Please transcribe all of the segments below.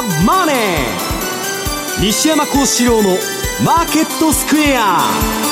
マネー」、西山幸四郎のマーケットスクエア。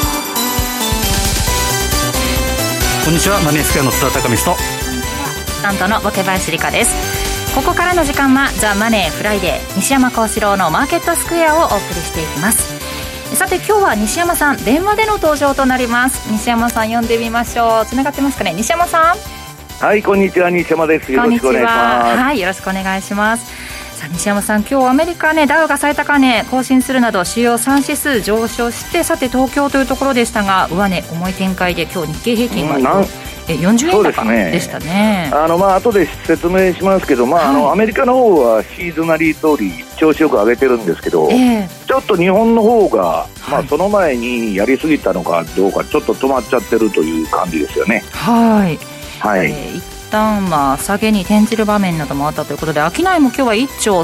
こんにちは、マネースクエアの津田隆光と担当の桶林理香です。ここからの時間はザ・マネーフライデー、西山幸四郎のマーケットスクエアをお送りしていきます。さて今日は西山さん電話での登場となります。西山さん呼んでみましょう。つながってますかね、西山さん。 はい、こんにちは、西山です。よろしくお願いします。 はい、よろしくお願いします。さあ西山さん、今日アメリカね、ダウが最高値更新するなど主要3指数上昇して、さて東京というところでしたが、上値重い展開で今日日経平均は40円高でしたね。 後で説明しますけど、アメリカの方はシーズナリー通り調子よく上げてるんですけど、ちょっと日本の方が、その前にやりすぎたのかどうかちょっと止まっちゃってるという感じですよね。 はい、 一旦下げに転じる場面などもあったということで、商いも今日は1兆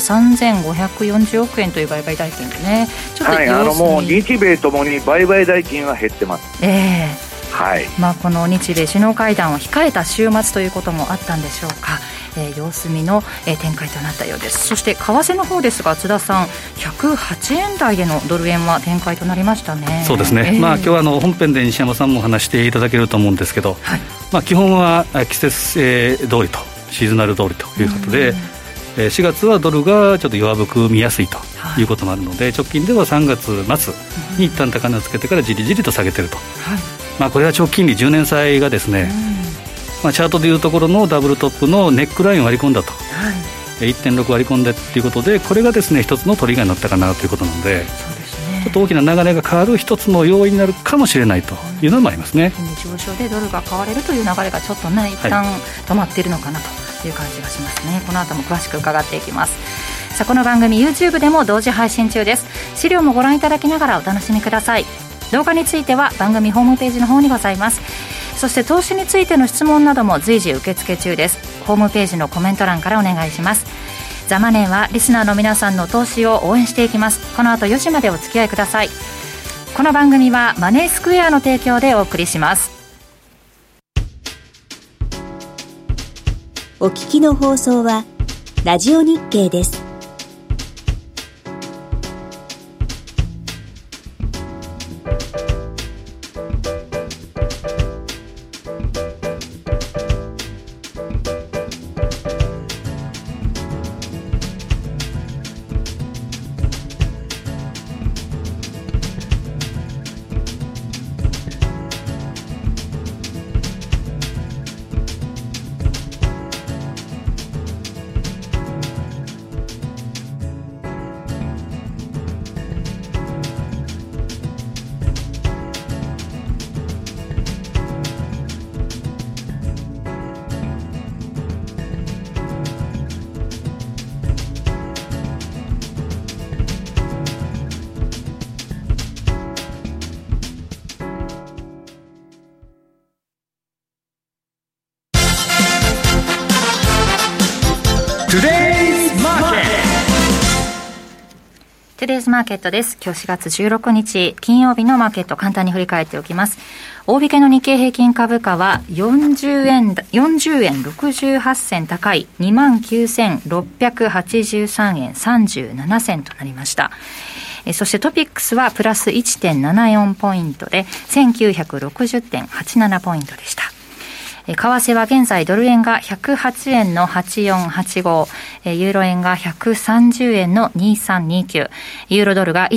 3540億円という売買代金でね、ちょっともう日米ともに売買代金は減ってます。 この日米首脳会談を控えた週末ということもあったんでしょうか。様子見の展開となったようです。そして為替の方ですが、津田さん、108円台でのドル円は展開となりましたね。 そうですね、今日は本編で西山さんも話していただけると思うんですけど、基本は季節通りとシーズナル通りということで、4月はドルがちょっと弱含みやすいということもあるので、直近では3月末に一旦高値をつけてからじりじりと下げていると、これは長期金利10年債がですね、チャートでいうところのダブルトップのネックラインを割り込んだと、1.6 割り込んでということで、これがですね一つのトリガーになったかなということなので、ちょっと大きな流れが変わる一つの要因になるかもしれないというのもありますね。 金利上昇でドルが買われるという流れがちょっとね、一旦止まっているのかなという感じがしますね。この後も詳しく伺っていきます。さあ、この番組 YouTube でも同時配信中です。資料もご覧いただきながらお楽しみください。動画については番組ホームページの方にございます。そして投資についての質問なども随時受付中です。ホームページのコメント欄からお願いします。ザ・マネーはリスナーの皆さんの投資を応援していきます。この後4時までお付き合いください。この番組はマネースクエアの提供でお送りします。 お聞きの放送はラジオ日経です。 トゥデイズマーケットです。今日4月16日金曜日のマーケット、簡単に振り返っておきます。大引けの日経平均株価は40円68銭高い 29,683 円37銭となりました。そしてトピックスはプラス 1.74 ポイントで 1960.87 ポイントでした。為替は現在ドル円が108円の8485、ユーロ円が130円の2329、ユーロドルが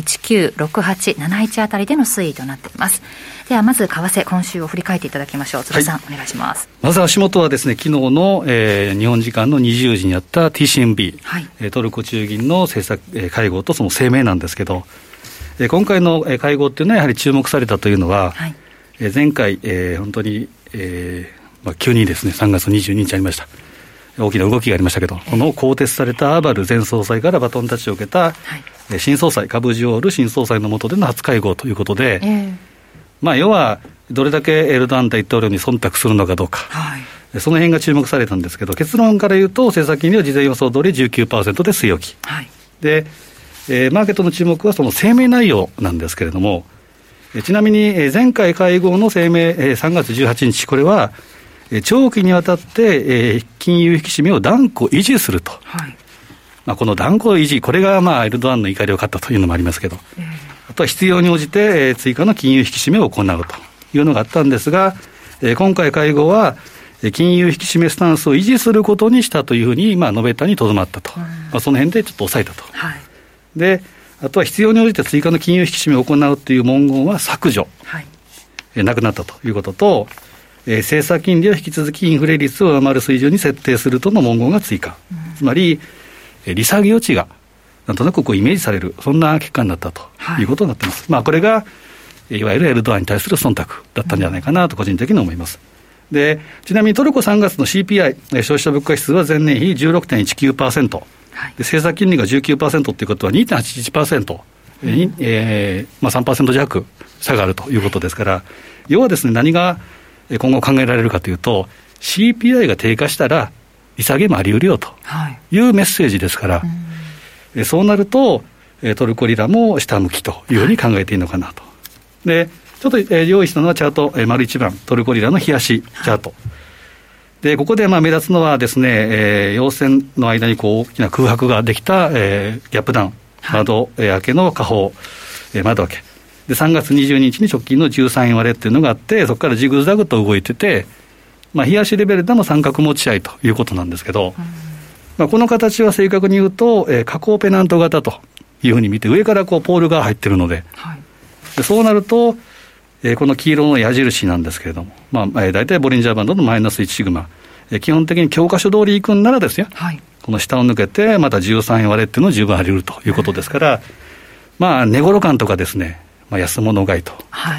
1.196871 あたりでの推移となっています。ではまず為替、今週を振り返っていただきましょう。津田さん、お願いします。 まず足元はですね、昨日の、日本時間の20時にあった TCMB、トルコ中銀の政策、会合とその声明なんですけど、今回の会合っていうのはやはり注目されたというのは、前回、本当に急にですね3月22日ありました大きな動きがありましたけど、この更迭されたアーバル前総裁からバトンタッチを受けた、新総裁、株ジオール新総裁の下での初会合ということで、要はどれだけエルドアン大統領に忖度するのかどうか、その辺が注目されたんですけど、結論から言うと政策金利は事前予想通り 19% で据え置き、で、マーケットの注目はその声明内容なんですけれども、ちなみに前回会合の声明3月18日、これは長期にわたって金融引き締めを断固維持するとこの断固維持、これがエルドアンの怒りを買ったというのもありますけど、あとは必要に応じて追加の金融引き締めを行うというのがあったんですが、今回会合は金融引き締めスタンスを維持することにしたというふうに述べたにとどまったと、その辺でちょっと抑えたと、はい、であとは必要に応じて追加の金融引き締めを行うという文言は削除、はい、なくなったということと、政策金利を引き続きインフレ率を上回る水準に設定するとの文言が追加、つまり利下げ余地がなんとなくイメージされる、そんな結果になったということになっています、はい、これがいわゆるエルドアンに対する忖度だったんじゃないかなと個人的に思います。でちなみにトルコ3月の CPI 消費者物価指数は前年比 16.19%、はい、で政策金利が 19% ということは 2.81%、3% 弱差があるということですから、要はですね、何が今後考えられるかというと CPI が低下したら利下げもあり得るよというメッセージですから、はい、そうなるとトルコリラも下向きというふうに考えていいのかなと。でちょっと用意したのはチャート、丸1番トルコリラの冷やしチャート、はい、でここで目立つのはですね、陽線の間に大きな空白ができた、ギャップダウン、窓開けの下方、窓開けで3月22日に直近の13円割れっていうのがあって、そこからジグザグと動いてて、冷やしレベルでも三角持ち合いということなんですけど、この形は正確に言うと、下降ペナント型というふうに見て、上からポールが入ってるので、はい、でそうなると、この黄色の矢印なんですけれども、大体ボリンジャーバンドのマイナス1シグマ、基本的に教科書通り行くんならですよ、はい、この下を抜けてまた13円割れっていうのを十分あり得るということですから、値頃感とかですね、安物買いと、はい、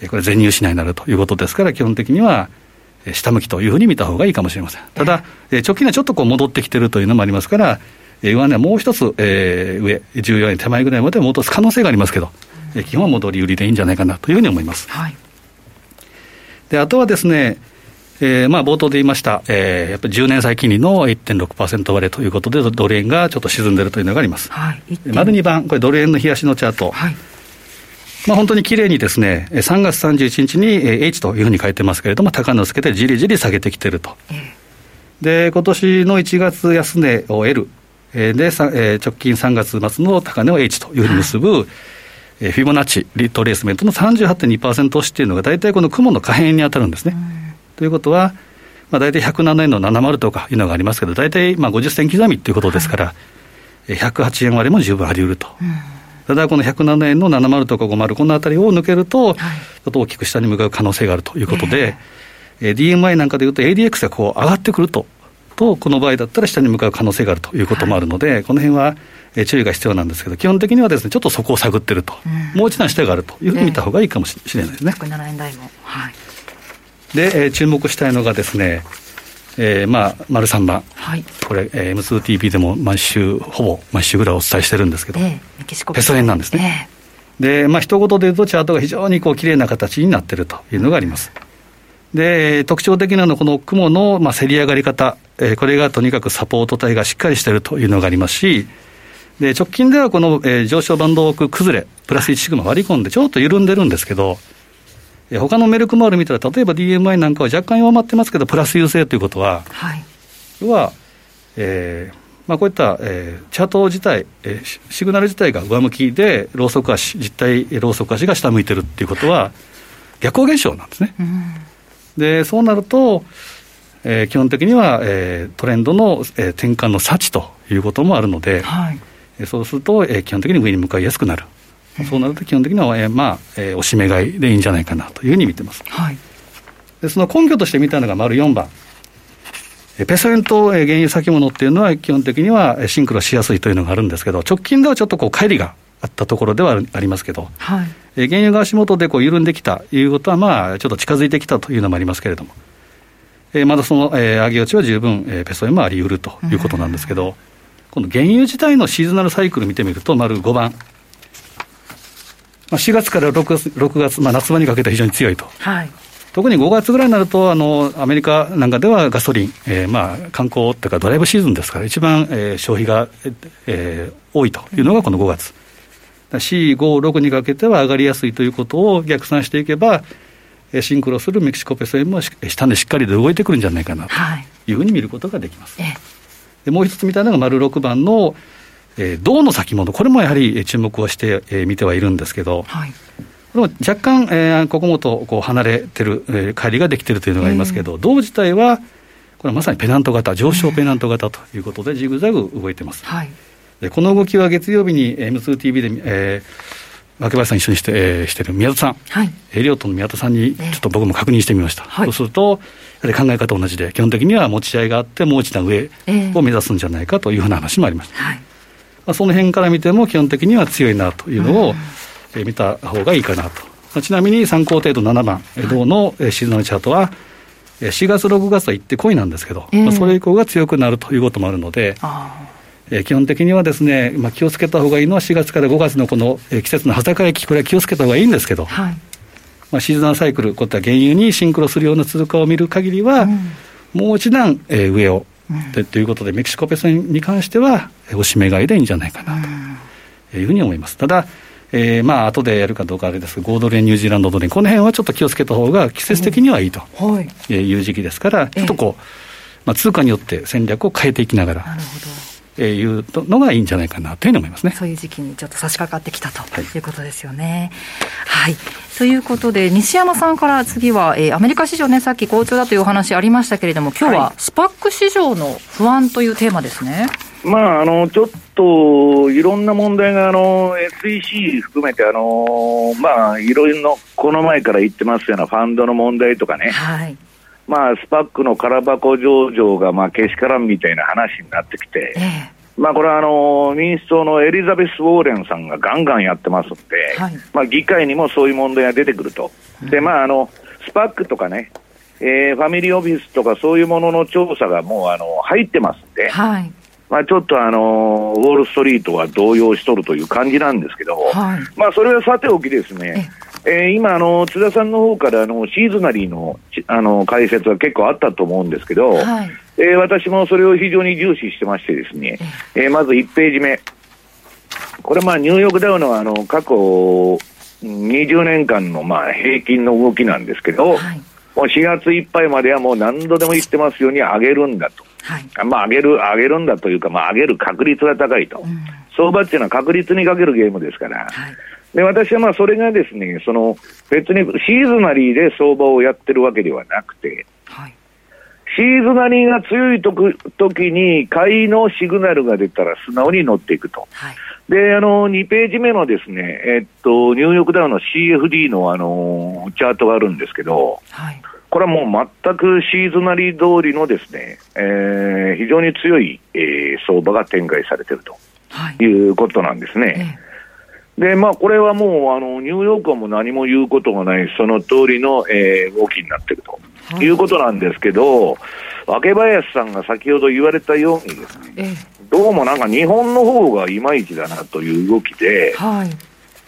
これ全入しないになるということですから、基本的には下向きというふうに見た方がいいかもしれません。ただ、直近はちょっと戻ってきてるというのもありますから、上値はもう一つ、上14円手前ぐらいまで戻す可能性がありますけど、基本は戻り売りでいいんじゃないかなというふうに思います、はい、であとはですね、冒頭で言いました、やっぱり10年債金利の 1.6% 割れということでドル円がちょっと沈んでいるというのがあります、はい、丸2番これドル円の冷やしのチャート、はい、本当にきれいにですね3月31日に H というふうに書いてますけれども、高値をつけてじりじり下げてきていると、で今年の1月安値を L で、直近3月末の高値を H というふうに結ぶ、フィボナッチリトレースメントの 38.2% 押しっていうのが大体この雲の下辺に当たるんですね、ということは、大体107円の70とかいうのがありますけど、大体50銭刻みということですから、108円割れも十分あり得ると、ただこの107円の70とか50このあたりを抜けると、ちょっと大きく下に向かう可能性があるということで、DMI なんかでいうと ADX が上がってくるとこの場合だったら下に向かう可能性があるということもあるので、この辺は注意が必要なんですけど、基本的にはですねちょっとそこを探っていると、もう一段下があるというふうに見た方がいいかもしれないですね。 107円台も、はい、 で、注目したいのがですね、丸3番、はい、これ、M2TV でもほぼ毎週ぐらいお伝えしてるんですけど、メキシコペソ円なんですね、で、一言で言うとチャートが非常にきれいな形になっているというのがあります。で特徴的なのはこの雲の競り上がり方、これがとにかくサポート体がしっかりしているというのがありますし、で直近ではこの、上昇バンド崩れプラス1シグマ割り込んでちょっと緩んでるんですけど、他のメルクマール見たら例えば DMI なんかは若干弱まってますけどプラス優勢ということは、はい、要は、こういった、チャート自体、シグナル自体が上向きでローソク足実体ローソク足が下向いてるっていうことは逆行現象なんですね、でそうなると、基本的には、トレンドの、転換の差値ということもあるので、はい、そうすると、基本的に上に向かいやすくなる、そうなると基本的には、おしめ買いでいいんじゃないかなというふうに見てます、はい、でその根拠として見たのが丸4番、ペソ円と原油先物っていうのは基本的にはシンクロしやすいというのがあるんですけど、直近ではちょっと乖離があったところではありますけど、はい、原油が足元で緩んできたということはちょっと近づいてきたというのもありますけれども、まだその、上げ落ちは十分、ペソ円もあり得るということなんですけど、この原油自体のシーズナルサイクル見てみると丸5番、4月から6月、夏場にかけて非常に強いと、はい、特に5月ぐらいになるとアメリカなんかではガソリン、観光というかドライブシーズンですから一番、消費が、多いというのがこの5月、4、5、6にかけては上がりやすいということを逆算していけば、シンクロするメキシコペソ円も下でしっかりと動いてくるんじゃないかなというふうに見ることができます、 でもう一つみたいなのが丸6番の、銅の先物、これもやはり注目をして見てはいるんですけど、はい、若干、ここもとこう離れてる、乖離ができているというのがありますけど、銅自体はこれはまさにペナント型、上昇ペナント型ということでジグザグ動いてます、はい、でこの動きは月曜日に M2TV で、若林さん一緒にしてる宮田さん、はい、エリオットの宮田さんにちょっと僕も確認してみました、そうするとやはり考え方同じで基本的には持ち合いがあってもう一段上を目指すんじゃないかというふうな話もありました、はい、その辺から見ても基本的には強いなというのを、見た方がいいかなと。ちなみに参考程度7番、銅のシーズナルチャートは4月6月は行ってこいなんですけど、それ以降が強くなるということもあるので、基本的にはですね、気をつけた方がいいのは4月から5月のこの季節の端境期、これは気をつけた方がいいんですけど、はい、シーズナルサイクル、こういった原油にシンクロするような通貨を見る限りは、もう一段、上を、ということでメキシコペソに関してはおしめ買いでいいんじゃないかなというふうに思います。ただ後でやるかどうかあれですが、5ドル円、ニュージーランドドル円、この辺はちょっと気をつけた方が季節的にはいいという時期ですから、ちょっとこう、通貨によって戦略を変えていきながら、いうのがいいんじゃないかなというふうに思いますね。 そういう時期にちょっと差し掛かってきたということですよね。はい。ということで、西山さんから次は、アメリカ市場ね、さっき好調だというお話ありましたけれども、今日はスパック市場の不安というテーマですね。 ちょっといろんな問題がSEC 含めていろいろこの前から言ってますようなファンドの問題とかね、はい、スパックの空箱上場がけしからんみたいな話になってきて、これは民主党のエリザベス・ウォーレンさんがガンガンやってますので、はい、議会にもそういう問題が出てくると。でスパックとかね、ファミリーオフィスとかそういうものの調査がもう入ってますんで、はい、ちょっとウォールストリートは動揺しとるという感じなんですけど、はい、それはさておきですね、今津田さんの方からシーズナリーの解説が結構あったと思うんですけど、はい、私もそれを非常に重視してましてですね、まず1ページ目、これニューヨークダウの過去20年間の平均の動きなんですけど、はい、もう4月いっぱいまではもう何度でも言ってますように上げるんだと、はい、上げるんだというか、上げる確率が高いと、相場っていうのは確率にかけるゲームですから、はい、で私はそれがですね、別にシーズナリーで相場をやってるわけではなくて、はい、シーズナリーが強い時に買いのシグナルが出たら素直に乗っていくと、はい、で2ページ目のですね、ニューヨークダウの CFD のチャートがあるんですけど、はい、これはもう全くシーズナリー通りのですね、非常に強い、相場が展開されているということなんですね。でこれはもうニューヨークはもう何も言うことがないその通りの、動きになっているということなんですけど、若林さんが先ほど言われたようにですね、どうも日本の方がいまいちだなという動きで、はい、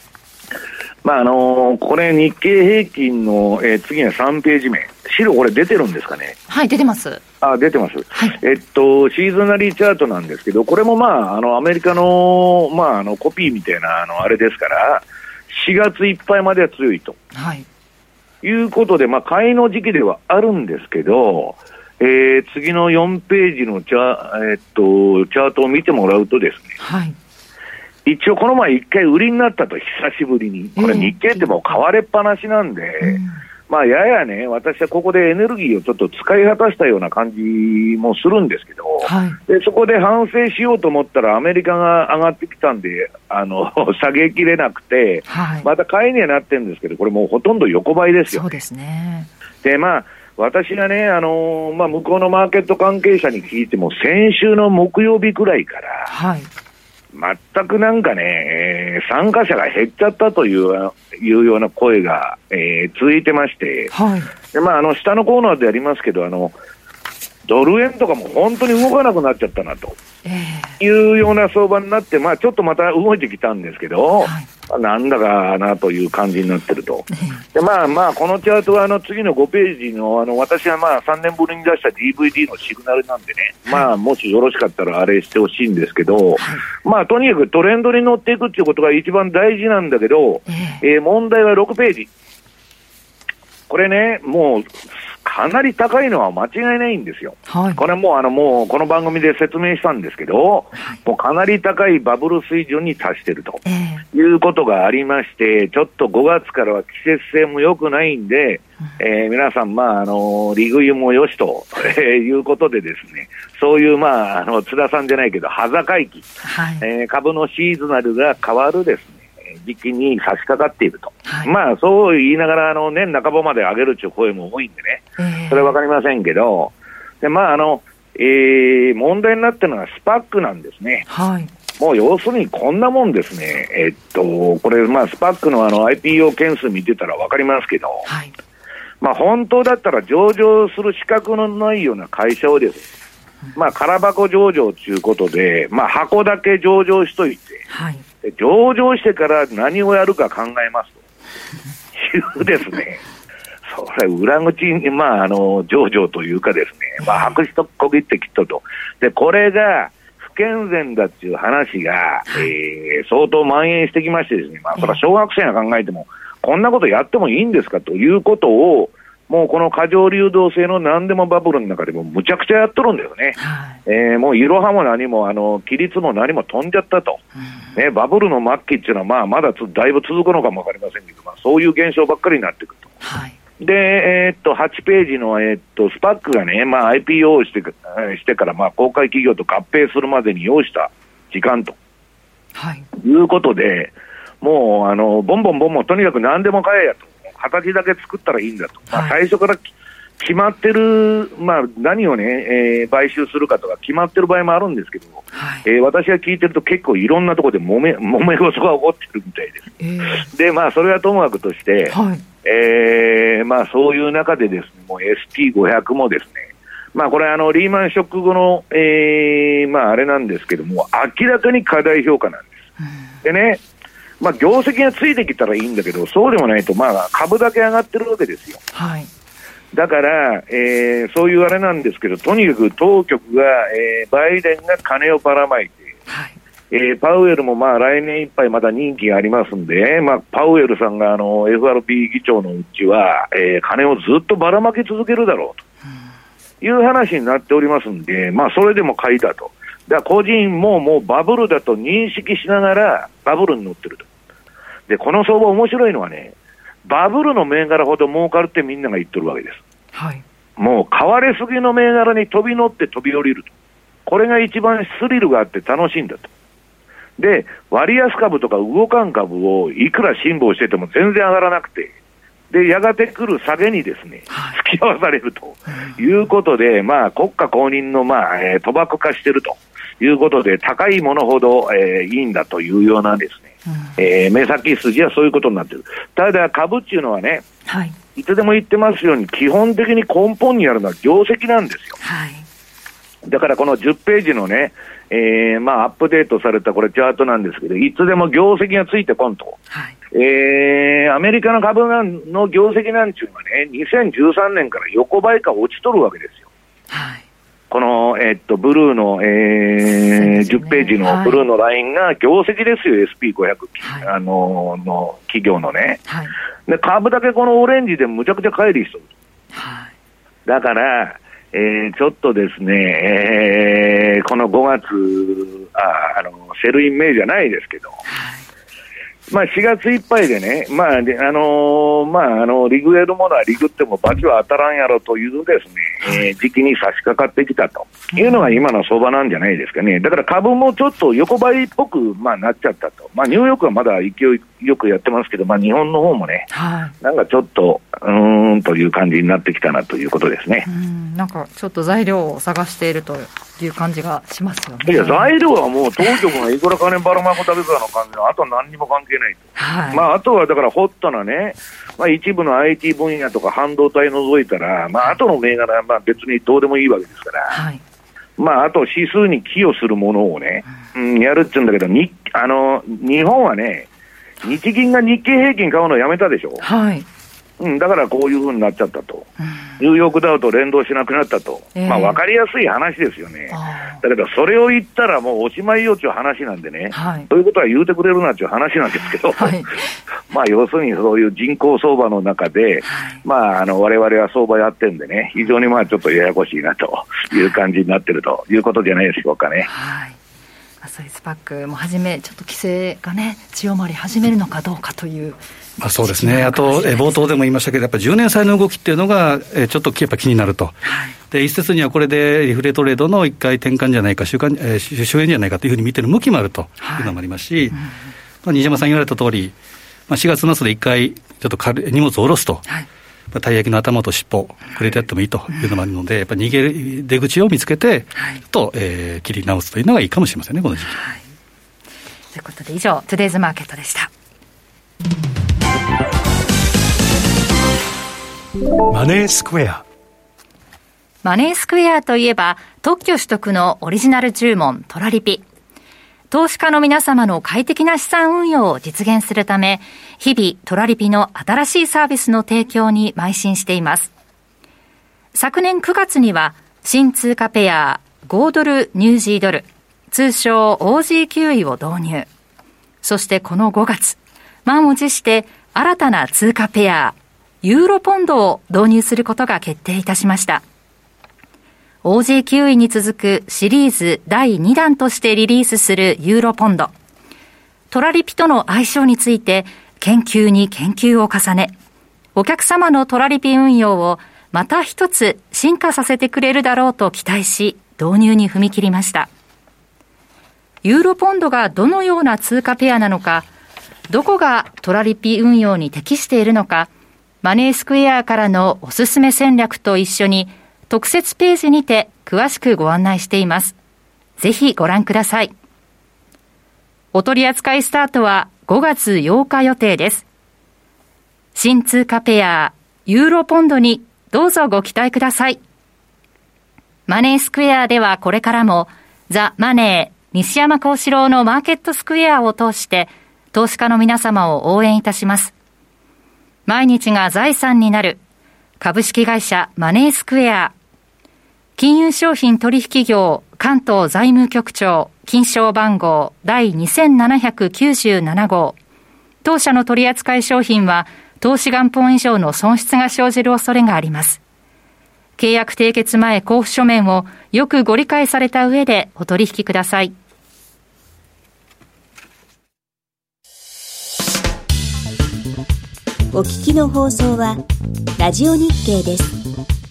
これ日経平均の、次は3ページ目、資料これ出てるんですかね。 はい、出てます。 出てます。はい、シーズナリーチャートなんですけど、これもアメリカのコピーみたいなあれですから、4月いっぱいまでは強いと、はい、いうことで、買いの時期ではあるんですけど、次の4ページのチャートを見てもらうとですね、はい、一応この前一回売りになったと、久しぶりに。これ日経ってもう買われっぱなしなんで、ややね、私はここでエネルギーをちょっと使い果たしたような感じもするんですけど、はい、でそこで反省しようと思ったらアメリカが上がってきたんで、下げきれなくて、はい、また買いにはなってるんですけど、これもうほとんど横ばいですよね。 そうですね。 で私がね、向こうのマーケット関係者に聞いても、先週の木曜日くらいから、はい、全く参加者が減っちゃったというような声が、続いてまして、はい、で下のコーナーでやりますけど、ドル円とかも本当に動かなくなっちゃったなというような相場になって、ちょっとまた動いてきたんですけど、はい、なんだかなという感じになってると。でこのチャートは次の5ページの私は3年ぶりに出した DVD のシグナルなんでね、はい、もしよろしかったらあれしてほしいんですけど、はい、とにかくトレンドに乗っていくっていうことが一番大事なんだけど、問題は6ページ。これね、もうかなり高いのは間違いないんですよ。 はい、 これもうこの番組で説明したんですけど、はい、もうかなり高いバブル水準に達していると、いうことがありまして、ちょっと5月からは季節性も良くないんで、皆さん、利食いもよしと、いうことでですね、そういう津田さんじゃないけど、端境期、はい、株のシーズナルが変わるですね、時期に差し掛かっていると、はい、そう言いながら年半ばまで上げるという声も多いんでね、それは分かりませんけど、で問題になっているのはスパックなんですね。はい、もう要するにこんなもんですね、これスパックのIPO 件数見てたら分かりますけど、はい、本当だったら上場する資格のないような会社をですね、空箱上場ということで、箱だけ上場しといて、はい、上場してから何をやるか考えますというですね、それ裏口に上場というかですね、白紙と小切ってきっとと、でこれが不健全だっていう話が、相当蔓延してきましてですね、それは小学生が考えてもこんなことやってもいいんですかということを、もうこの過剰流動性の何でもバブルの中でもむちゃくちゃやっとるんだよね。はい、もういろはも何も規律も何も飛んじゃったと、バブルの末期っていうのはまだだいぶ続くのかもわかりませんけど、そういう現象ばっかりになってくると。はい、で、8ページの、スパックがね、IPO をしてから公開企業と合併するまでに要した時間と、はい、いうことで、もうボンボンとにかく何でも買えやと、形だけ作ったらいいんだと、最初から決まってる、何をね、買収するかとか決まってる場合もあるんですけど、はい、私が聞いてると結構いろんなところで揉め事が起こってるみたいです。で、それはともかくとして、はい、そういう中でですね、もう SP500 もですね、これリーマンショック後の、あれなんですけども、明らかに過大評価なんです。でね、業績がついてきたらいいんだけど、そうでもないと、株だけ上がってるわけですよ。はい、だから、そういうあれなんですけど、とにかく当局が、バイデンが金をばらまいて、はい、パウエルも来年いっぱいまだ任期がありますんで、パウエルさんがFRB 議長のうちは、金をずっとばらまき続けるだろうという話になっておりますんで、それでも買いだと。だから個人ももうバブルだと認識しながらバブルに乗ってると。で、この相場面白いのはね、バブルの銘柄ほど儲かるってみんなが言ってるわけです。はい、もう買われすぎの銘柄に飛び乗って飛び降りると。これが一番スリルがあって楽しいんだと。で、割安株とか動かん株をいくら辛抱してても全然上がらなくて、で、やがて来る下げにですね、付き合わされるということで、国家公認の賭博化してるということで、高いものほど、いいんだというようなですね、目先筋はそういうことになっている。ただ株っていうのはね、はい、いつでも言ってますように基本的に根本にあるのは業績なんですよ。はい、だからこの10ページのね、アップデートされたこれチャートなんですけど、いつでも業績がついてこんと、はい、アメリカの株の業績なんていうのはね、2013年から横ばいか落ちとるわけですよ。はい、この、ブルーの、10ページのブルーのラインが業績ですよ、SP500、はい、の企業のね、はい、で株だけこのオレンジでむちゃくちゃ乖離しとる、はい、だから、ちょっとですね、この5月セルインメイじゃないですけど、はい、4月いっぱいでね、リグえるものはリグっても罰は当たらんやろというですね、時期に差し掛かってきたというのが今の相場なんじゃないですかね。だから株もちょっと横ばいっぽく、なっちゃったと。ニューヨークはまだ勢いよくやってますけど、日本の方もね、はい、なんかちょっとという感じになってきたなということですね。 なんかちょっと材料を探しているという感じがしますよね。 いや、材料はもう当局がいくら金ばらまくだけかの感じの、あと何にも関係ないと。はい、あとはだからホットなね、一部の IT 分野とか半導体除いたら、あとの銘柄は別にどうでもいいわけですから、はい、あと指数に寄与するものをね、やるって言うんだけど、日本はね、日銀が日経平均買うのやめたでしょ。はい、だからこういう風になっちゃったと。 ニューヨークダウと連動しなくなったと、まあ、分かりやすい話ですよね。だけどそれを言ったらもうおしまいよという話なんでね、そういうことは言うてくれるなという話なんですけど、まあ要するにそういう人口相場の中で、まあ、我々は相場やってるんでね、非常にまあちょっとややこしいなという感じになってるということじゃないでしょうかね。 そういうスパックもちょっと規制がね強まり始めるのかどうかという、 そうですね。あと冒頭でも言いましたけど、やっぱり10年債の動きっていうのがちょっとやっぱ気になると、で一説にはこれでリフレトレードの1回転換じゃないか終焉じゃないかというふうに見てる向きもあるというのもありますし、西山さん言われた通り、4月末で1回ちょっと荷物を下ろすと、たい焼きの頭と尻尾くれてやってもいいというのもあるので、やっぱり逃げる出口を見つけて、切り直すというのがいいかもしれませんね、この時期。 ということで以上トゥデイズマーケットでした。 マネースクエア。 マネースクエアといえば特許取得のオリジナル注文トラリピ。投資家の皆様の快適な資産運用を実現するため、日々トラリピの新しいサービスの提供に邁進しています。昨年9月には新通貨ペア5ドルニュージードル、通称 OG9 を導入。そしてこの5月、満を持して新たな通貨ペアユーロポンドを導入することが決定いたしました。OG9 位に続くシリーズ第2弾としてリリースするユーロポンド。トラリピとの相性について研究に研究を重ね、お客様のトラリピ運用をまた一つ進化させてくれるだろうと期待し、導入に踏み切りました。ユーロポンドがどのような通貨ペアなのか、どこがトラリピ運用に適しているのか、マネースクエアからのおすすめ戦略と一緒に特設ページにて詳しくご案内しています。ぜひご覧ください。お取り扱いスタートは5月8日予定です。新通貨ペアユーロポンドにどうぞご期待ください。マネースクエアではこれからもザ・マネー西山幸四郎のマーケットスクエアを通して投資家の皆様を応援いたします。毎日が財産になる株式会社マネースクエア、金融商品取引業関東財務局長金賞番号第2797号。当社の取扱い商品は投資元本以上の損失が生じる恐れがあります。契約締結前交付書面をよくご理解された上でお取引ください。 お聞きの放送はラジオ日経です。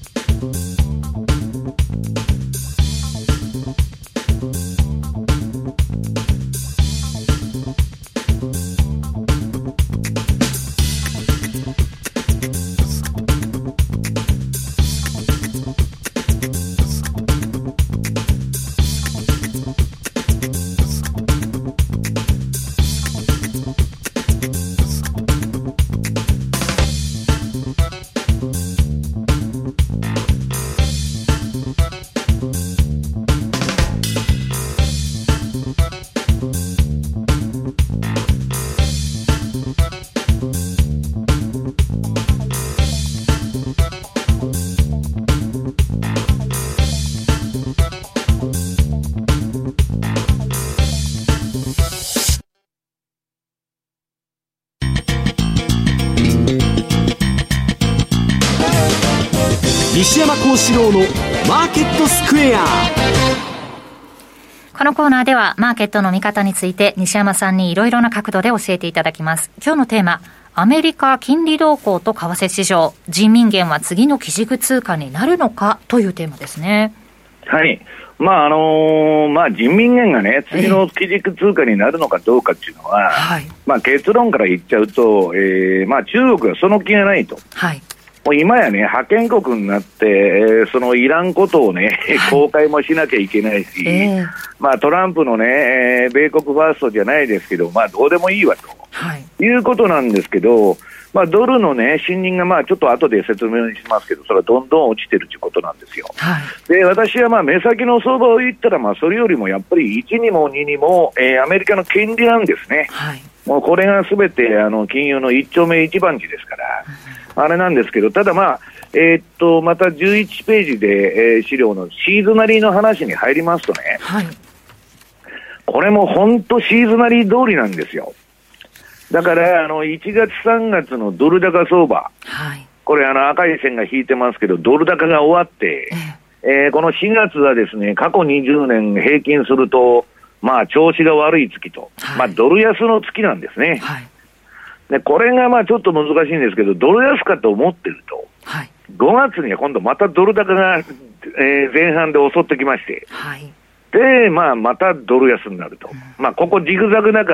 西山幸四郎のマーケットスクエア。 このコーナーではマーケットの見方について西山さんにいろいろな角度で教えていただきます。今日のテーマ、アメリカ金利動向と為替市場、人民元は次の基軸通貨になるのかというテーマですね。 はい。人民元がね、次の基軸通貨になるのかどうかっていうのは、結論から言っちゃうと、中国はその気がないと。もう今やね、覇権国になって、そのいらんことをね、公開もしなきゃいけないし、トランプのね、米国ファーストじゃないですけど、どうでもいいわと、いうことなんですけど、ドルのね、信任がちょっと後で説明しますけど、それはどんどん落ちてるということなんですよ。で、私は目先の相場を言ったら、それよりもやっぱり1にも2にも、アメリカの金利なんですね。もうこれがすべて金融の一丁目一番地ですから、あれなんですけど、ただまた11ページで、資料のシーズナリーの話に入りますとね、 はい、 これも本当シーズナリー通りなんですよ。だから1月3月のドル高相場、 はい、 これ赤い線が引いてますけど、ドル高が終わって、この4月はですね、過去20年平均すると、まあ調子が悪い月と、 はい、 まあドル安の月なんですね。 はい、 でこれがまあちょっと難しいんですけど、ドル安かと思ってると、 はい、 5月には今度またドル高が、前半で襲ってきまして、 はい、 で、まあ、またドル安になると。まあ、ここジグザグだから、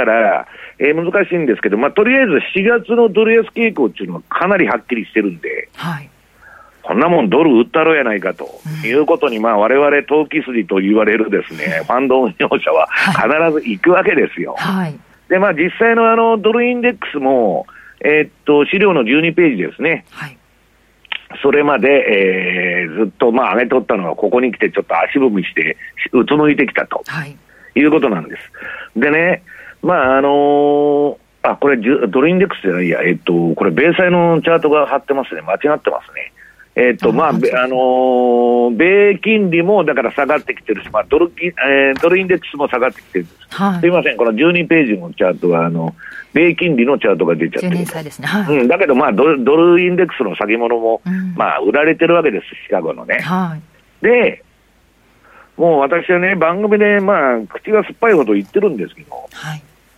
難しいんですけど、まあ、とりあえず4月のドル安傾向っていうのはかなりはっきりしてるんで、 はい、 こんなもんドル売ったろやないかということに、まあ、我々投機筋と言われるですね、ファンド運用者は必ず行くわけですよ。 はい、 で、まあ、実際のドルインデックスも、資料の12ページですね。 はい、 それまで、ずっとまあ上げとったのがここに来てちょっと足踏みしてうつむいてきたと、はい、いうことなんです。でね、まあこれドルインデックスじゃないや、これ米債のチャートが貼ってますね。間違ってますね。まあ、米金利もだから下がってきてるし、まあドルインデックスも下がってきてるんです。はい、すいません、この12ページのチャートは米金利のチャートが出ちゃってる。10 年債ですね。はい、 だけどまあドルインデックスの先物も、まあ売られてるわけです、シカゴのね。はい、で、もう私はね、番組でまあ口が酸っぱいほど言ってるんですけど、はい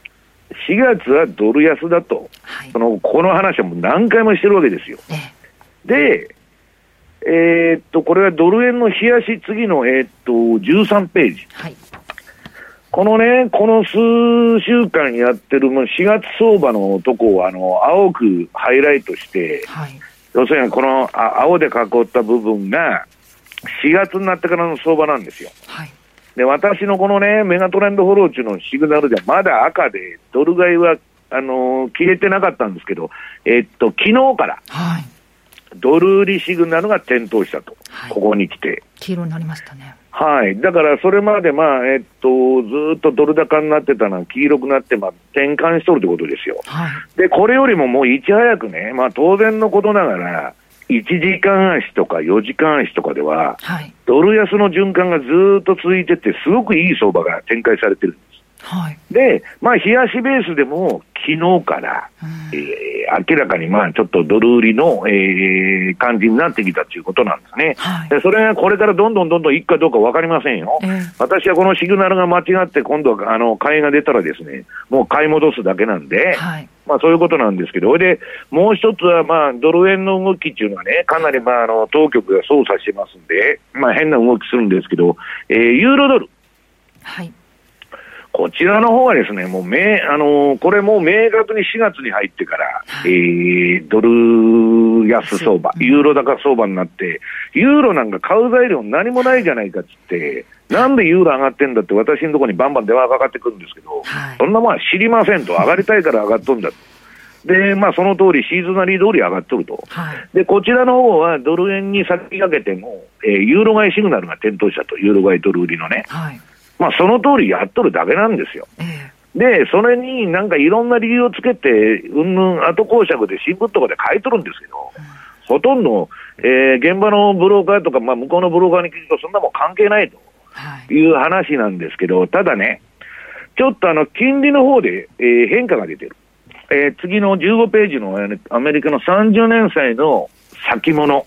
、4月はドル安だと、はい、この話はもう何回もしてるわけですよ。で、これはドル円の冷やし次の、13ページ。はい、このね、この数週間やってる4月相場のとこを青くハイライトして、はい、要するにこの青で囲った部分が4月になってからの相場なんですよ。はい、で、私のこのね、メガトレンドフォロー中のシグナルではまだ赤で、ドル買いは、消えてなかったんですけど、昨日から、はい、ドル売りシグナルが点灯したと、はい、ここに来て。 黄色になりましたね。 はい。だからそれまでまあ、ずっとドル高になってたのは黄色くなって、まあ、転換しとるってことですよ。はい。で、これよりももういち早くね、まあ当然のことながら、1時間足とか4時間足とかでは、はい、ドル安の循環がずっと続いてて、すごくいい相場が展開されてるんです。はい、で、まあ、冷やしベースでも昨日から、明らかにまあちょっとドル売りの、感じになってきたということなんですね。はい、でそれがこれからどんどんいくかどうか分かりませんよ。私はこのシグナルが間違って今度は買いが出たらですね、もう買い戻すだけなんで、はい、まあそういうことなんですけど、でもう一つはまあドル円の動きっていうのはね、かなりまあ当局が操作してますんで、まあ変な動きするんですけど、ユーロドル。はい。こちらの方はですね、もうこれもう明確に4月に入ってから、ドル安相場、ユーロ高相場になって、ユーロなんか買う材料何もないじゃないかっつって、なんでユーロ上がってんだって私のところにバンバン電話がかかってくるんですけど、はい、そんなもんは知りませんと、上がりたいから上がっとんだと。で、まあその通り、シーズナリー通り上がっとると。はい、で、こちらの方はドル円に先駆けても、ユーロ買いシグナルが点灯したと、ユーロ買いドル売りのね。はい、まあその通りやっとるだけなんですよ。で、それになんかいろんな理由をつけて、後講釈で新聞とかで書いとるんですけど、ほとんど、現場のブローカーとか、まあ向こうのブローカーに聞くとそんなもん関係ないという話なんですけど、ただね、ちょっと金利の方で、変化が出てる。次の15ページのアメリカの30年債の先物。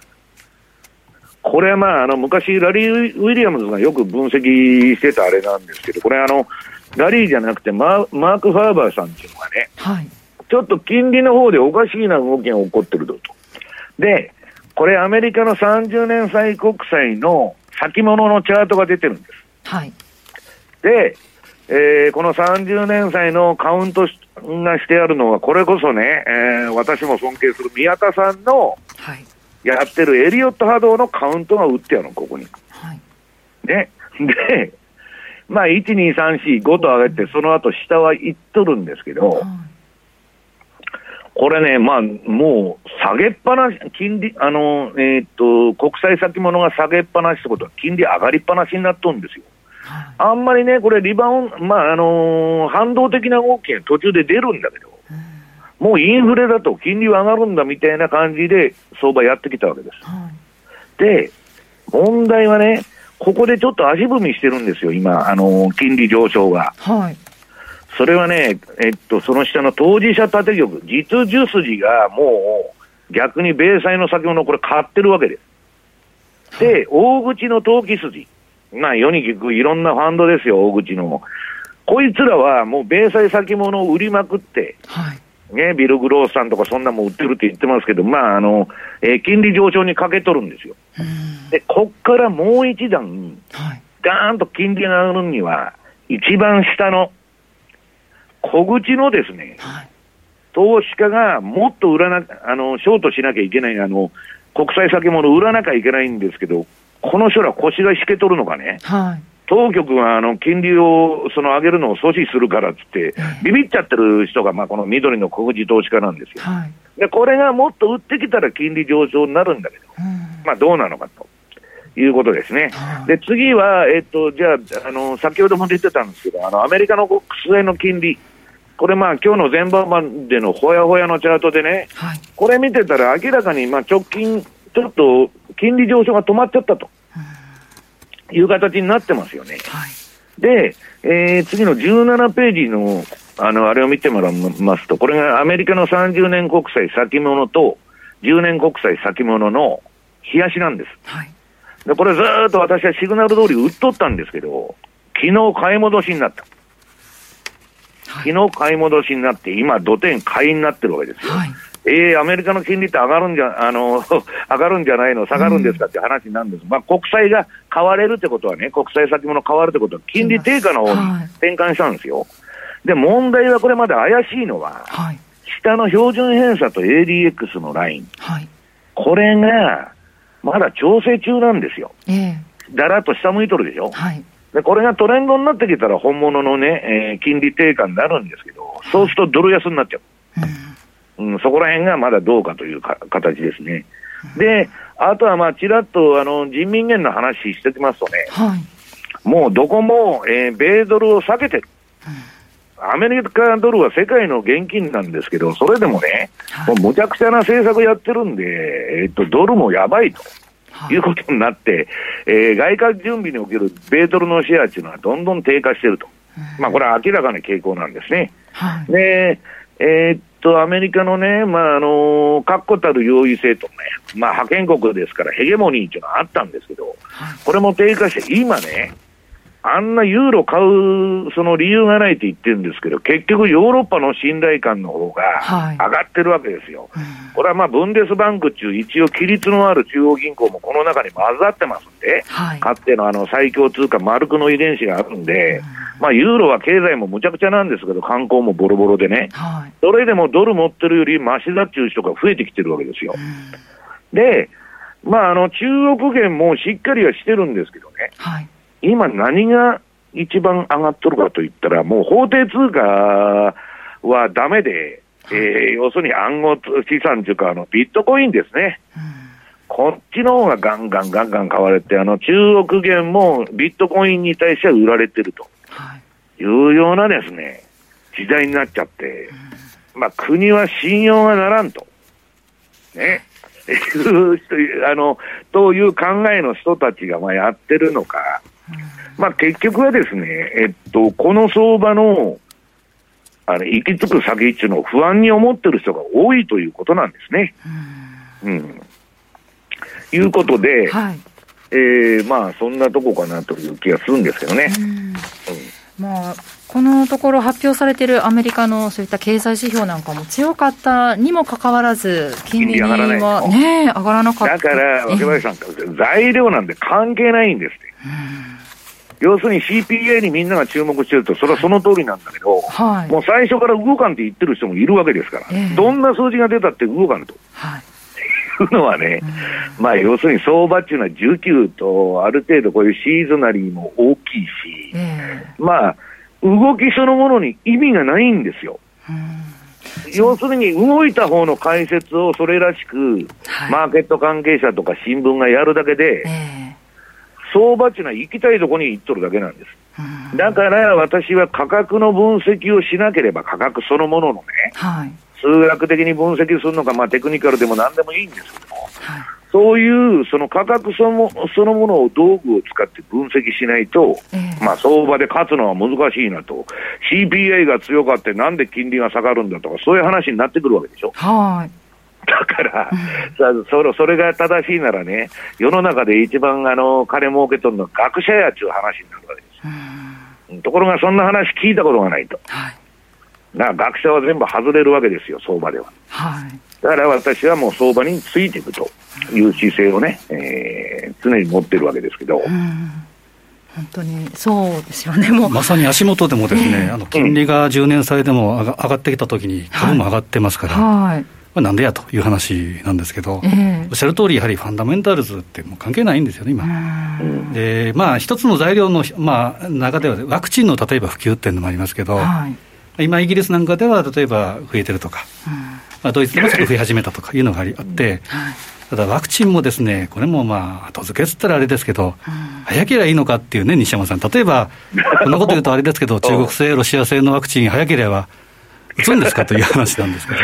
これはまあ昔ラリー・ウィリアムズがよく分析してたあれなんですけど、これラリーじゃなくてマーク・ファーバーさんっていうのがね、はい、ちょっと金利の方でおかしいな動きが起こってると。で、これアメリカの30年債国債の先物のチャートが出てるんです。はい。で、この30年債のカウントがしてあるのは、これこそね、私も尊敬する宮田さんの、はい、やってるエリオット波動のカウントが打ってあるの、ここに。はい。ね。で、まあ、1、2、3、4、5と上げて、その後下は行っとるんですけど、はい、これね、まあ、もう、下げっぱなし、金利、国際先物が下げっぱなしってことは、金利上がりっぱなしになっとるんですよ。はい、あんまりね、これリバウンド、まあ、反動的な動きが途中で出るんだけど、 もうインフレだと金利は上がるんだみたいな感じで相場やってきたわけです。で、問題はね、ここでちょっと足踏みしてるんですよ、今、金利上昇が。それはね、その下の当事者縦玉、実需筋がもう逆に米債の先物をこれ買ってるわけです。で、大口の投機筋。まあ世に聞くいろんなファンドですよ、大口の。こいつらはもう米債先物を売りまくって、ね、ビル・グロースさんとかそんなもん売ってるって言ってますけど、まあ金利上昇にかけとるんですよ。で、こっからもう一段、ガーンと金利が上がるには、一番下の小口のですね、投資家がもっと売らな、ショートしなきゃいけない、国際先物売らなきゃいけないんですけど、この人ら腰が引けとるのかね、当局が金利を上げるのを阻止するからっつって、ビビっちゃってる人が、まあ、この緑の小口投資家なんですよ。で、これがもっと売ってきたら金利上昇になるんだけど、まあ、どうなのかということですね。で、次は、じゃあ、先ほども出てたんですけど、アメリカの国債の金利、これまあ今日の前晩までのほやほやのチャートでね、これ見てたら明らかにまあ直近ちょっと金利上昇が止まっちゃったという形になってますよね。で、次の17ページのあれを見てもらいますと、これがアメリカの30年国債先物と10年国債先物の冷やしなんです。で、これずーっと私はシグナル通り売っとったんですけど、昨日買い戻しになった。昨日買い戻しになって、今、土点買いになってるわけですよ。アメリカの金利って上がるんじゃないの、下がるんですかって話なんです。まあ、国債が買われるってことはね、国債先物買われるってことは、金利低下の方に転換したんですよ。で、問題はこれまで怪しいのは、下の標準偏差と ADX のライン。これが、まだ調整中なんですよ。だらっと下向いとるでしょ。で、これがトレンドになってきたら本物のね、金利低下になるんですけど、そうするとドル安になっちゃう。そこら辺がまだどうかという形ですね。で、あとはまあ、ちらっと人民元の話してきますとね、もうどこも、米ドルを避けてる。アメリカドルは世界の現金なんですけど、それでもね、もうむちゃくちゃな政策やってるんで、ドルもやばいと。いうことになって、外貨準備における米ドルのシェアっていうのはどんどん低下していると。まあこれは明らかな傾向なんですね。で、アメリカのね、まあ確固たる優位性とね、まあ覇権国ですからヘゲモニーっていうのがあったんですけど、これも低下して、今ね、あんなユーロ買うその理由がないって言ってるんですけど、結局ヨーロッパの信頼感の方が上がってるわけですよ。これはまあブンデスバンク中一応規律のある中央銀行もこの中に混ざってますんで、かつての最強通貨マルクの遺伝子があるんで、まあユーロは経済もむちゃくちゃなんですけど、観光もボロボロでね、それでもドル持ってるよりマシだっていう人が増えてきてるわけですよ。で、まあ中国元もしっかりはしてるんですけどね、今何が一番上がっとるかといったら、もう法定通貨はダメで、要するに暗号資産というかビットコインですね。こっちの方がガンガン買われて、中国元もビットコインに対しては売られてるというようなですね、時代になっちゃって、まあ国は信用がならんと。ね。という考えの人たちがまあやってるのか、まあ結局はですね、この相場の、行き着く先っていうのを不安に思ってる人が多いということなんですね。いうことで、まあそんなとこかなという気がするんですけどね。 まあ、このところ発表されているアメリカのそういった経済指標なんかも強かったにもかかわらず、金利はね、上がらなかった。 だから、若林さん、材料なんで関係ないんですって。要するに CPI にみんなが注目してると、それはその通りなんだけど、もう最初から動かんって言ってる人もいるわけですから、どんな数字が出たって動かんと。いうのはね、まあ要するに相場っていうのは需給とある程度こういうシーズナリーも大きいし、まあ動きそのものに意味がないんですよ。要するに動いた方の解説をそれらしく、マーケット関係者とか新聞がやるだけで、相場っていうのは行きたいところに行っとるだけなんです。だから私は価格の分析をしなければ価格そのもののね、 数学的に分析するのか、テクニカルでも何でもいいんですけども、そういうその価格そのものを道具を使って分析しないと、相場で勝つのは難しいなと、CPI が強かってなんで金利が下がるんだとか、そういう話になってくるわけでしょ。だから、それが正しいならね、世の中で一番金儲けとるのは学者やという話になるわけです。ところがそんな話聞いたことがないと。だから学者は全部外れるわけですよ、相場では。だから私はもう相場についていくという姿勢をね、常に持ってるわけですけど。 本当にそうですよね。もうまさに足元でもですね、金利が10年債でも上がってきたときに株も上がってますから、なんでやという話なんですけど、おっしゃる通り、やはりファンダメンタルズってもう関係ないんですよね、今。で、一つの材料の、中ではワクチンの例えば普及っていうのもありますけど、今イギリスなんかでは例えば増えてるとか、ドイツでもちょっと増え始めたとかいうのがあって、ただワクチンもですね、これも後付けっつったらあれですけど、早ければいいのかっていうね、西山さん、例えばこんなこと言うとあれですけど、中国製ロシア製のワクチン早ければ打つんですかという話なんですけど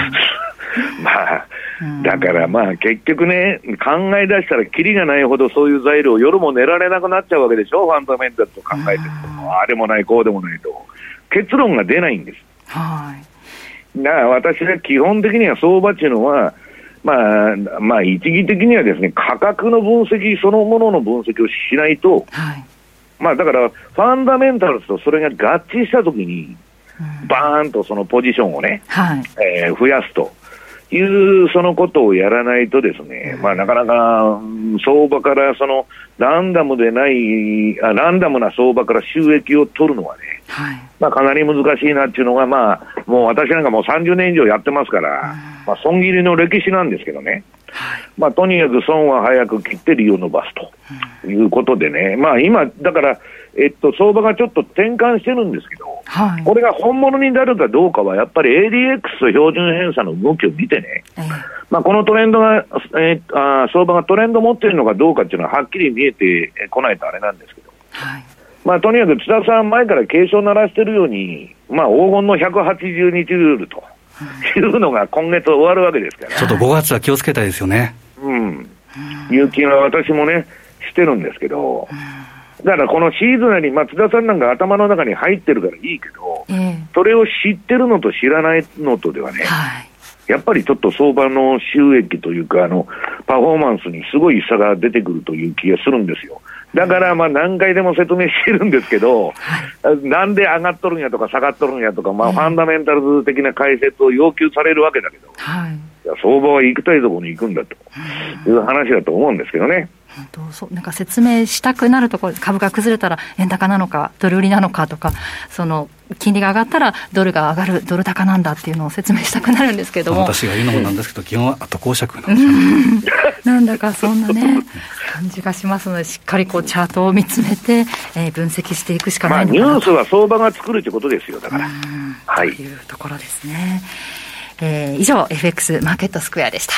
だから結局ね、考え出したらキリがないほどそういう材料を夜も寝られなくなっちゃうわけでしょ。ファンダメンタルと考えてると、あれもないこうでもないと結論が出ないんです。だから私は基本的には相場っていうのは、一義的にはですね、価格の分析そのものの分析をしないと、だからファンダメンタルズとそれが合致したときに、バーンとそのポジションをね、増やすというそのことをやらないとですね、なかなか相場からそのランダムな相場から収益を取るのはね、かなり難しいなっていうのが、もう私なんかもう30年以上やってますから、損切りの歴史なんですけどね、とにかく損は早く切って利を伸ばすということでね、今だから相場がちょっと転換してるんですけど、これが本物になるかどうかはやっぱり ADX と標準偏差の動きを見てね、このトレンドが、相場がトレンド持っているのかどうかっていうのははっきり見えてこないとあれなんですけど、とにかく津田さん前から警鐘を鳴らしているように、黄金の180日ルールというのが今月終わるわけですから、 ちょっと5月は気をつけたいですよね。 いう気は私もねしてるんですけど、だからこのシーズナリー、津田さんなんか頭の中に入ってるからいいけど、それを知ってるのと知らないのとではね、やっぱりちょっと相場の収益というかパフォーマンスにすごい差が出てくるという気がするんですよ。だから何回でも説明してるんですけど、なんで上がっとるんやとか下がっとるんやとか、ファンダメンタルズ的な解説を要求されるわけだけど、相場は行きたいところに行くんだという話だと思うんですけどね。 なんか説明したくなるところ、株が崩れたら円高なのかドル売りなのかとか、その金利が上がったらドルが上がる、ドル高なんだっていうのを説明したくなるんですけども、 私が言うのもなんですけど、基本は後講釈なんですよなんだかそんなね感じがしますので、しっかりチャートを見つめて、分析していくしかないのかなと。 ニュースは相場が作るということですよ。だからというところですね。以上 FX マーケットスクエアでした。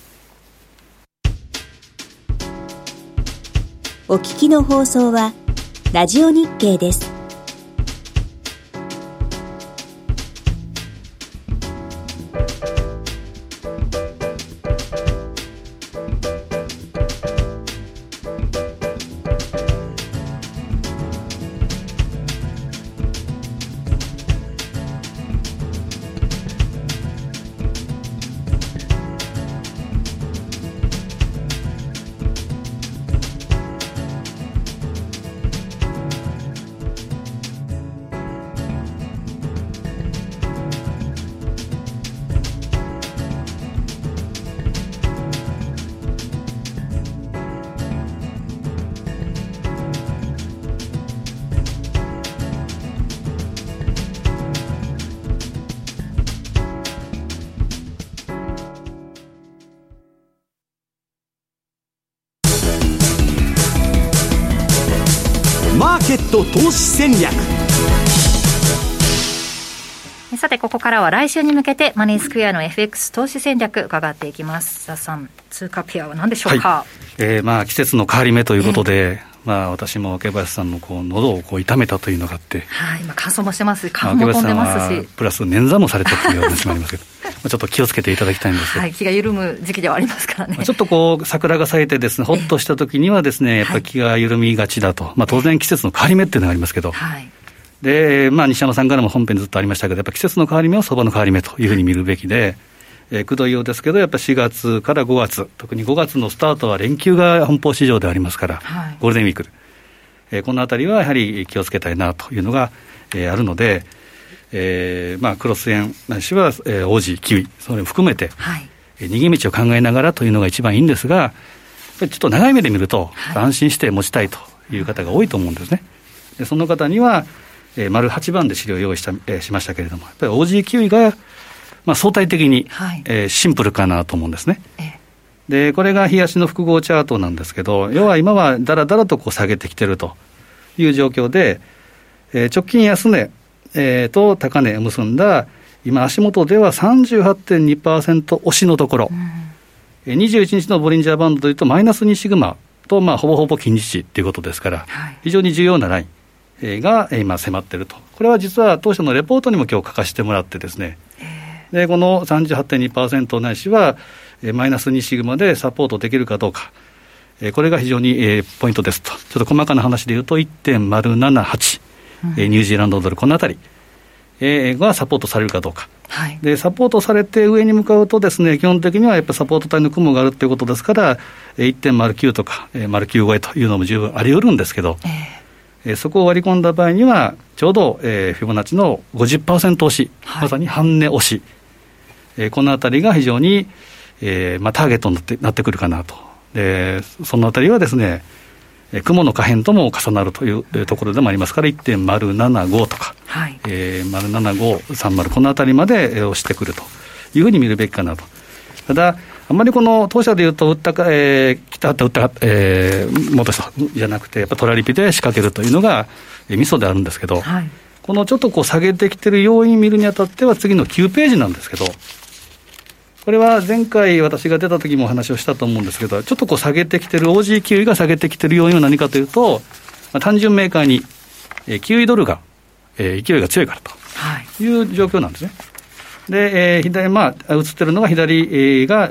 お聞きの放送はラジオ日経です。 マーケット投資戦略。 さてここからは来週に向けてマネースクエアの FX 投資戦略伺っていきます。津田さん、通貨ペアは何でしょうか。 季節の変わり目ということで、私も明林さんの喉を痛めたというのがあって、 今乾燥もしてますし、花粉も飛んでますし、 プラス捻挫もされたという話もありますけどちょっと気をつけていただきたいんですけど、 気が緩む時期ではありますからね。 ちょっとこう桜が咲いてですね、ほっとした時にはですね、やっぱり気が緩みがちだと、当然季節の変わり目っていうのがありますけど、で西山さんからも本編ずっとありましたけど、やっぱ季節の変わり目は相場の変わり目というふうに見るべきで、くどいようですけど、やっぱり4月から5月、特に5月のスタートは連休が本邦市場でありますから、ゴールデンウィーク、このあたりはやはり気をつけたいなというのが、あるので、クロス円ないしは、オージー、キウイ、それを含めて、逃げ道を考えながらというのが一番いいんですが、やっぱりちょっと長い目で見ると、安心して持ちたいという方が多いと思うんですね。でその方には、丸8番で資料を用意しましたけれども、やっぱりオージー、キウイが、相対的に、シンプルかなと思うんですね。でこれが日足の複合チャートなんですけど、要は今はだらだらとこう下げてきているという状況で、直近安値、と高値を結んだ今足元では 38.2% 押しのところ、21日のボリンジャーバンドというとマイナス2シグマと、ほぼほぼ近似値ということですから、非常に重要なラインが今迫っていると。これは実は当初のレポートにも今日書かせてもらってですね、でこの 38.2% ないしはマイナス2シグマでサポートできるかどうか、これが非常にポイントですと。ちょっと細かな話でいうと 1.078、ニュージーランドドルこのあたり、がサポートされるかどうか、でサポートされて上に向かうとですね、基本的にはやっぱサポート帯の雲があるということですから、1.09 とか0.9超えというのも十分あり得るんですけど、そこを割り込んだ場合にはちょうど、フィボナッチの 50% 押し、まさに半値押し、このあたりが非常に、ターゲットになってくるかなと。でそのあたりはですね、雲の可変とも重なるというところでもありますから 1.075 とか、0.7530 このあたりまで押してくるというふうに見るべきかなと。ただあんまりこの当社でいうと売ったか、来た戻したじゃなくて、やっぱトラリピで仕掛けるというのがミソであるんですけど、このちょっとこう下げてきてる要因見るにあたっては次の9ページなんですけど、これは前回私が出た時もお話をしたと思うんですけど、ちょっとこう下げてきてる OG キウイが下げてきてる要因は何かというと、単純明快にキウイドルが、勢いが強いからという状況なんですね。で、左、映ってるのが左が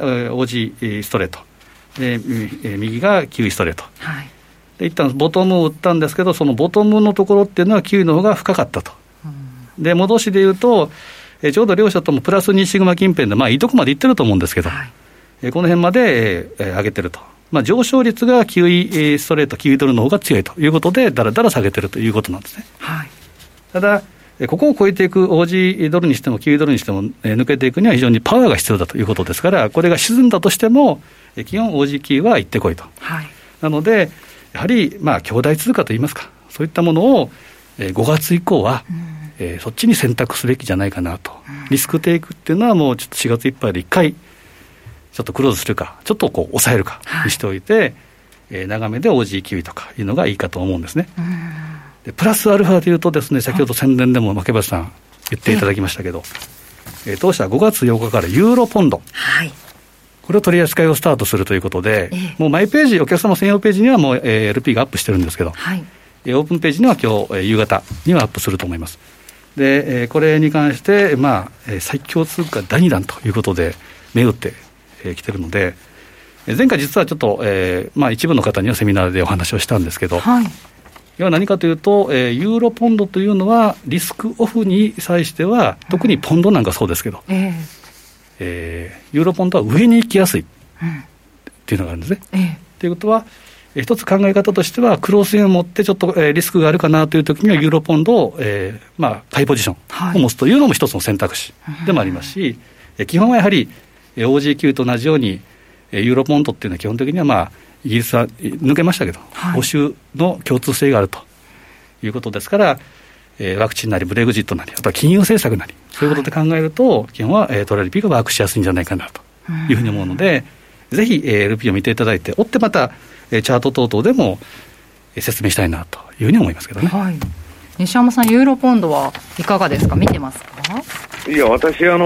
OG ストレートで、右がキウイストレート、で一旦ボトムを打ったんですけど、そのボトムのところっていうのはキウイの方が深かったと。で戻しでいうとちょうど両者ともプラス2シグマ近辺で、いいとこまでいってると思うんですけど、この辺まで、上げてると、上昇率がキウイストレート、キウイドルの方が強いということで、だらだら下げてるということなんですね。ただ、ここを超えていく OG ドルにしてもキウイドルにしても、抜けていくには非常にパワーが必要だということですから、これが沈んだとしても、基本 OG キウイは行ってこいと。なので、やはり、兄弟通貨といいますか、そういったものを、5月以降は、そっちに選択すべきじゃないかなと。リスクテイクっていうのはもうちょっと4月いっぱいで1回ちょっとクローズするか、ちょっとこう抑えるかにしておいて、長めで OG キウイとかいうのがいいかと思うんですね。でプラスアルファというとですね、先ほど宣伝でも牧橋さん言っていただきましたけど、当社は5月8日からユーロポンド、これを取り扱いをスタートするということで、もうマイページ、お客様専用ページにはもう LP がアップしてるんですけど、オープンページには今日夕方にはアップすると思います。でこれに関して、最強通貨第2弾ということで銘打ってきてるので、前回実はちょっと、一部の方にはセミナーでお話をしたんですけど、要は何かというと、ユーロポンドというのはリスクオフに際しては、特にポンドなんかそうですけど、ユーロポンドは上に行きやすいっていうのがあるんですね。ということは一つ考え方としては、クロス円を持ってちょっとリスクがあるかなというときにはユーロポンドを買いポジションを持つというのも一つの選択肢でもありますし、基本はやはり OG 級と同じようにユーロポンドっていうのは基本的にはイギリスは抜けましたけど、欧州の共通性があるということですから、ワクチンなりブレグジットなり、あとは金融政策なり、そういうことで考えると、基本はトラリピがワークしやすいんじゃないかなというふうに思うので、ぜひ LP を見ていただいて、追ってまたチャート等々でも説明したいなというふうに思いますけどね。 西山さん、ユーロポンドはいかがですか、見てますか？ いや、私昔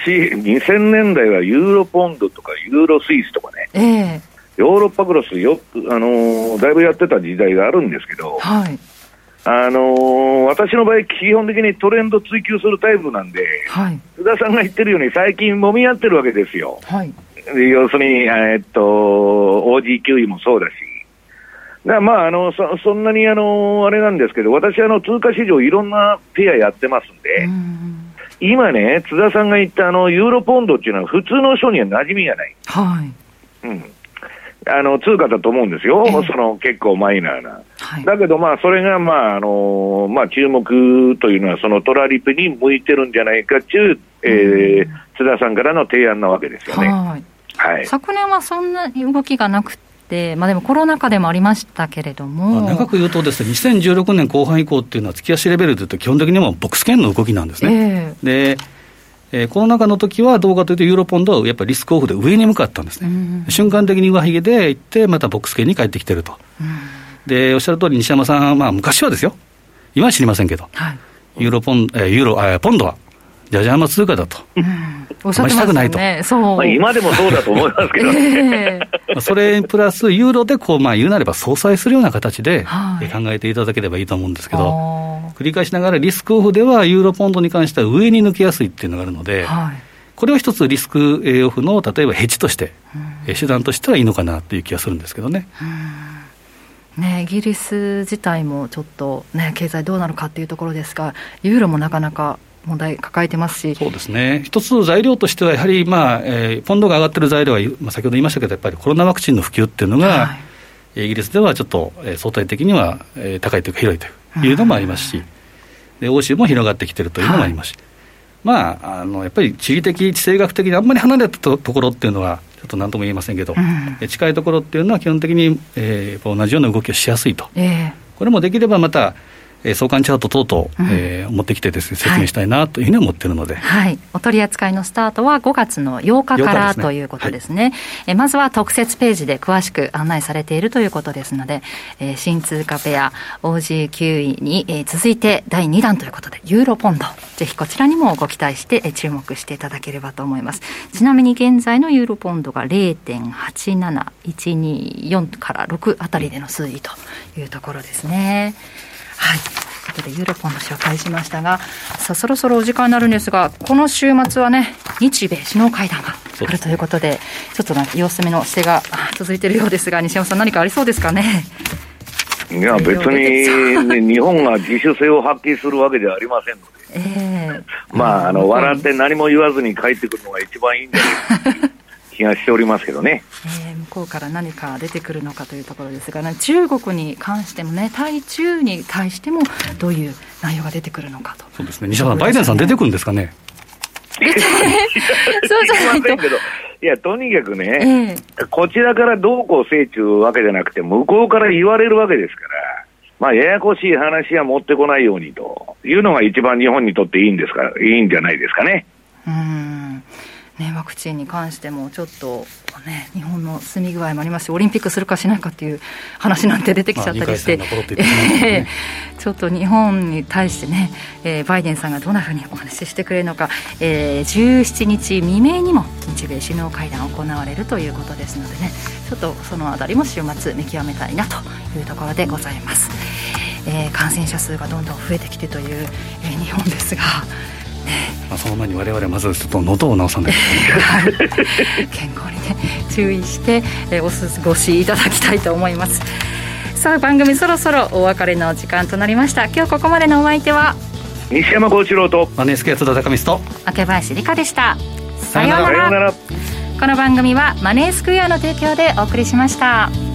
2000年代はユーロポンドとかユーロスイスとかね、ヨーロッパクロスだいぶやってた時代があるんですけど、 私の場合基本的にトレンド追求するタイプなんで、はい、須田さんが言ってるように最近揉み合ってるわけですよ、はい、要するに、OG9 もそうだし、そんなにあれなんですけど、私通貨市場いろんなペアやってますんで、今ね津田さんが言ったユーロポンドっていうのは普通の人には馴染みがない、はい、通貨だと思うんですよ、結構マイナーな、はい、だけどそれが注目というのはそのトラリピに向いてるんじゃないかっていう、津田さんからの提案なわけですよね。はいはい、 昨年はそんな動きがなくて、でもコロナ禍でもありましたけれども、 長く言うとですね、2016年後半以降っていうのは月足レベルでいうと基本的にはボックス圏の動きなんですね、でコロナ禍の時はどうかというとユーロポンドはやっぱりリスクオフで上に向かったんですね、瞬間的に上髭で行ってまたボックス圏に帰ってきてると、でおっしゃる通り西山さんは、昔はですよ、今は知りませんけど、はい、ポンドはじゃじゃ馬通貨だと、 おっしゃってますよね。そう、 今でもそうだと思いますけどね、 それプラスユーロで言うなれば相殺するような形で考えていただければいいと思うんですけど、繰り返しながらリスクオフではユーロポンドに関しては上に抜けやすいっていうのがあるので、これを一つリスクオフの例えばヘッジとして、手段としてはいいのかなという気がするんですけどね。 イギリス自体もちょっと、経済どうなるかっていうところですが、ユーロもなかなか問題抱えてますし。 そうですね、一つの材料としてはやはり、ポンドが上がってる材料は、先ほど言いましたけど、やっぱりコロナワクチンの普及っていうのが、イギリスではちょっと相対的には高いというか広いというのもありますし、で欧州も広がってきてるというのもありますし、やっぱり地理的地政学的にあんまり離れたところっていうのはちょっと何とも言えませんけど、近いところっていうのは基本的に、同じような動きをしやすいと、これもできればまた相関チャート等々、持ってきてですね、説明したいなというふうに思っているので、 はい、お取り扱いのスタートは5月の8日からということですね。まずは特設ページで詳しく案内されているということですので、新通貨ペア OG9 に、続いて第2弾ということでユーロポンド、ぜひこちらにもご期待して、注目していただければと思います。ちなみに現在のユーロポンドが 0.87124 から6あたりでの推移というところですね。はい、ということでユーロポンド紹介しましたが、さあそろそろお時間になるんですが、この週末はね、日米首脳会談があるということで、ちょっと様子見の姿勢が続いているようですが、西山さん何かありそうですかね。 いや別に、日本が自主性を発揮するわけではありませんので、笑って何も言わずに帰ってくるのが一番いいんだという気がしておりますけどね。 向こうから何か出てくるのかというところですが、中国に関してもね、対中に対してもどういう内容が出てくるのかと。 そうですね、西山さん、バイデンさん出てくるんですかね。 そうじゃないと。 いや、とにかくね、こちらからどうこうせいちゅうわけじゃなくて、向こうから言われるわけですから、ややこしい話は持ってこないようにというのが一番日本にとっていいんじゃないですかね。 ワクチンに関してもちょっと、日本の進み具合もありますし、オリンピックするかしないかっていう話なんて出てきちゃったりして、ちょっと日本に対してね、バイデンさんがどんなふうにお話ししてくれるのか、17日未明にも日米首脳会談行われるということですのでね、ちょっとそのあたりも週末見極めたいなというところでございます。感染者数がどんどん増えてきてという、日本ですが、 その前に我々はまずちょっと喉を治さないと健康にね注意して、お過ごしいただきたいと思います。さあ番組そろそろお別れの時間となりました。今日ここまでのお相手は西山幸四郎とマネースクエア津田高光と明林理香でした。さようなら。この番組はマネースクエアの提供でお送りしました。